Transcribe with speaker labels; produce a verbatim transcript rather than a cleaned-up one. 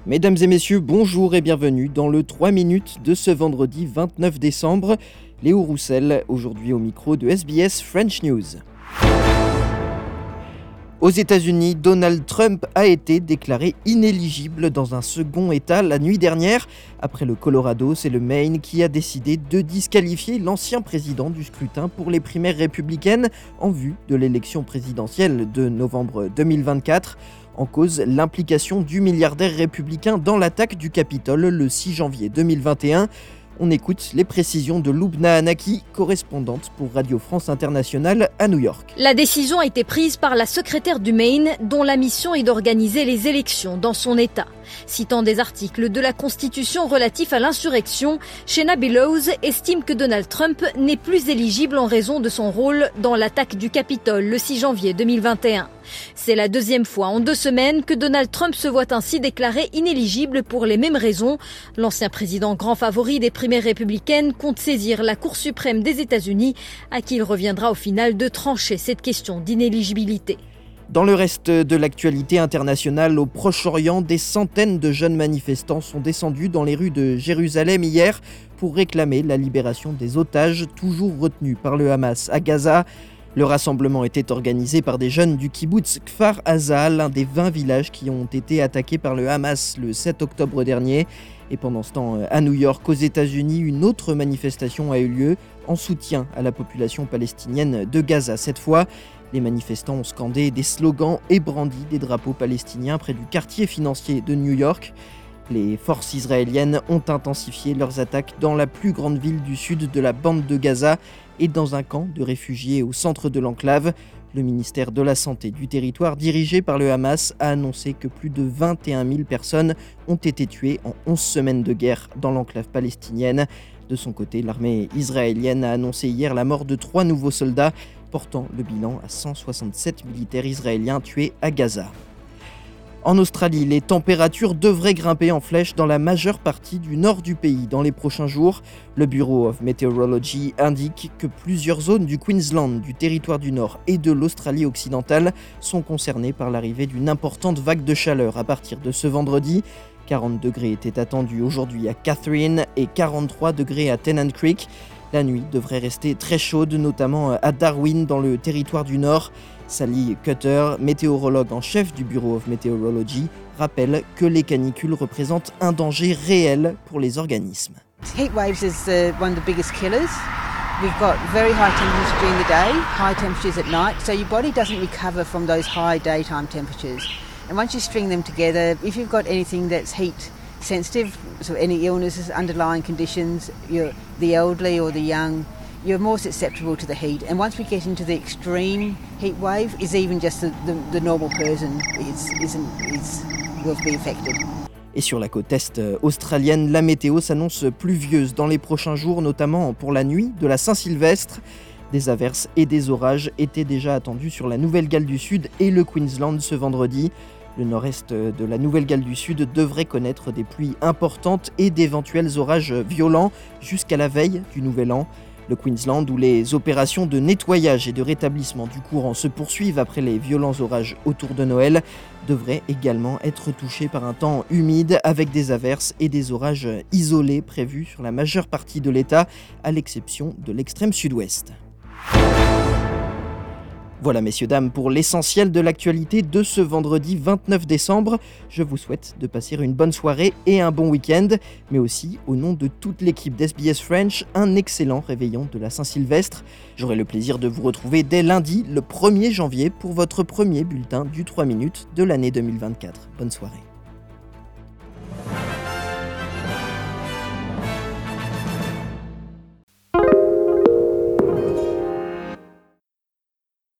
Speaker 1: Mesdames et messieurs, bonjour et bienvenue dans le trois minutes de ce vendredi vingt-neuf décembre. Léo Roussel, aujourd'hui au micro de S B S French News. Aux États-Unis, Donald Trump a été déclaré inéligible dans un second État la nuit dernière. Après le Colorado, c'est le Maine qui a décidé de disqualifier l'ancien président du scrutin pour les primaires républicaines en vue de l'élection présidentielle de novembre deux mille vingt-quatre. En cause, l'implication du milliardaire républicain dans l'attaque du Capitole le six janvier deux mille vingt et un. On écoute les précisions de Loubna Anaki, correspondante pour Radio France Internationale à New York.
Speaker 2: La décision a été prise par la secrétaire du Maine, dont la mission est d'organiser les élections dans son État. Citant des articles de la Constitution relatifs à l'insurrection, Shenna Bellows estime que Donald Trump n'est plus éligible en raison de son rôle dans l'attaque du Capitole le six janvier deux mille vingt et un. C'est la deuxième fois en deux semaines que Donald Trump se voit ainsi déclaré inéligible pour les mêmes raisons. L'ancien président grand favori des primaires républicaines compte saisir la Cour suprême des États-Unis, à qui il reviendra au final de trancher cette question d'inéligibilité.
Speaker 1: Dans le reste de l'actualité internationale, au Proche-Orient, des centaines de jeunes manifestants sont descendus dans les rues de Jérusalem hier pour réclamer la libération des otages toujours retenus par le Hamas à Gaza. Le rassemblement était organisé par des jeunes du kibboutz Kfar Aza, l'un des vingt villages qui ont été attaqués par le Hamas le sept octobre dernier. Et pendant ce temps, à New York, aux États-Unis, une autre manifestation a eu lieu en soutien à la population palestinienne de Gaza. Cette fois, les manifestants ont scandé des slogans et brandi des drapeaux palestiniens près du quartier financier de New York. Les forces israéliennes ont intensifié leurs attaques dans la plus grande ville du sud de la bande de Gaza et dans un camp de réfugiés au centre de l'enclave. Le ministère de la Santé du territoire dirigé par le Hamas a annoncé que plus de vingt et un mille personnes ont été tuées en onze semaines de guerre dans l'enclave palestinienne. De son côté, l'armée israélienne a annoncé hier la mort de trois nouveaux soldats, portant le bilan à cent soixante-sept militaires israéliens tués à Gaza. En Australie, les températures devraient grimper en flèche dans la majeure partie du nord du pays dans les prochains jours. Le Bureau of Meteorology indique que plusieurs zones du Queensland, du territoire du Nord et de l'Australie occidentale sont concernées par l'arrivée d'une importante vague de chaleur à partir de ce vendredi. quarante degrés étaient attendus aujourd'hui à Catherine et quarante-trois degrés à Tennant Creek. La nuit devrait rester très chaude, notamment à Darwin dans le territoire du Nord. Sally Cutter, météorologue en chef du Bureau of Meteorology, rappelle que les canicules représentent un danger réel pour les organismes.
Speaker 3: Heat waves is uh, one of the biggest killers. We've got very high temperatures during the day, high temperatures at night, so your body doesn't recover from those high daytime temperatures. And once you string them together, if you've got anything that's heat sensitive, so any illnesses, underlying conditions, you're the elderly or the young, you're more susceptible to the heat. And once we get into the extreme heat wave, is even just the, the, the normal person is, isn't, is, will be affected.
Speaker 1: Et sur la côte est australienne, la météo s'annonce pluvieuse dans les prochains jours, notamment pour la nuit de la Saint-Sylvestre. Des averses et des orages étaient déjà attendus sur la Nouvelle-Galles du Sud et le Queensland ce vendredi. Le nord-est de la Nouvelle-Galles du Sud devrait connaître des pluies importantes et d'éventuels orages violents jusqu'à la veille du Nouvel An. Le Queensland, où les opérations de nettoyage et de rétablissement du courant se poursuivent après les violents orages autour de Noël, devrait également être touché par un temps humide avec des averses et des orages isolés prévus sur la majeure partie de l'État, à l'exception de l'extrême sud-ouest. Voilà messieurs, dames, pour l'essentiel de l'actualité de ce vendredi vingt-neuf décembre. Je vous souhaite de passer une bonne soirée et un bon week-end, mais aussi, au nom de toute l'équipe d'S B S French, un excellent réveillon de la Saint-Sylvestre. J'aurai le plaisir de vous retrouver dès lundi, le premier janvier, pour votre premier bulletin du trois minutes de l'année deux mille vingt-quatre. Bonne soirée.